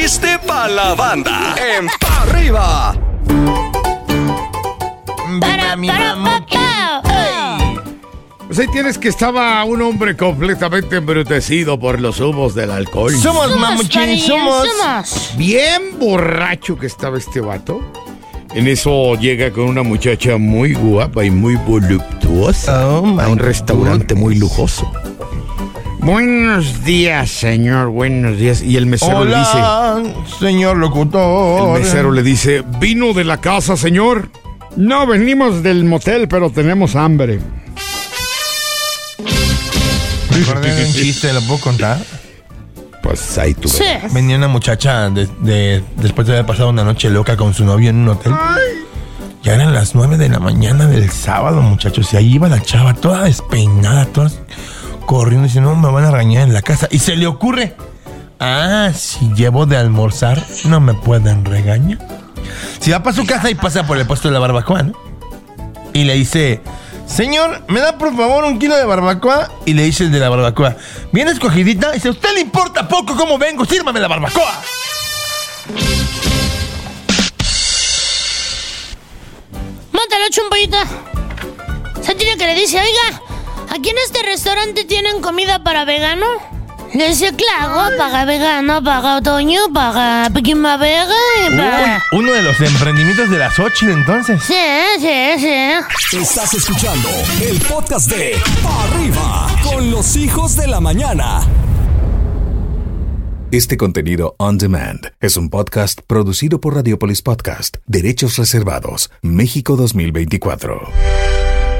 chiste pa' la banda. En Pa' Arriba. Pues ahí tienes que estaba un hombre completamente embrutecido por los humos del alcohol. Somos mamuchín, somos. Bien borracho que estaba este vato. En eso llega con una muchacha muy guapa y muy voluptuosa a un restaurante muy lujoso. Buenos días, señor, buenos días. Y el mesero le dice... señor locutor. El mesero le dice, ¿vino de la casa, señor? No, venimos del motel, pero tenemos hambre. ¿Recuerdan un chiste? ¿Lo puedo contar? Pues ahí tú. Sí. Venía una muchacha después de haber pasado una noche loca con su novio en un hotel. Ya eran las 9 de la mañana del sábado, muchachos. Y ahí iba la chava toda despeinada, toda corriendo. Dice, no, me van a regañar en la casa. Y se le ocurre, si llevo de almorzar, no me pueden regañar. Si va para su casa y pasa por el puesto de la barbacoa, ¿no? Y le dice... Señor, ¿me da por favor 1 kilo de barbacoa? Y le dice el de la barbacoa, ¿bien escogidita? Y dice, ¿a usted le importa poco cómo vengo? Sírvame la barbacoa. Mándalo, chumpallita. Se tiene que le dice, oiga, ¿aquí en este restaurante tienen comida para vegano? Le dice, claro, para vegano, para otoño, para primavera y para... Uy, uno de los emprendimientos de la Xochitl, entonces. Sí. Estás escuchando el podcast de Pa' Arriba con los hijos de la mañana. Este contenido on demand es un podcast producido por Radiopolis Podcast. Derechos reservados. México 2024.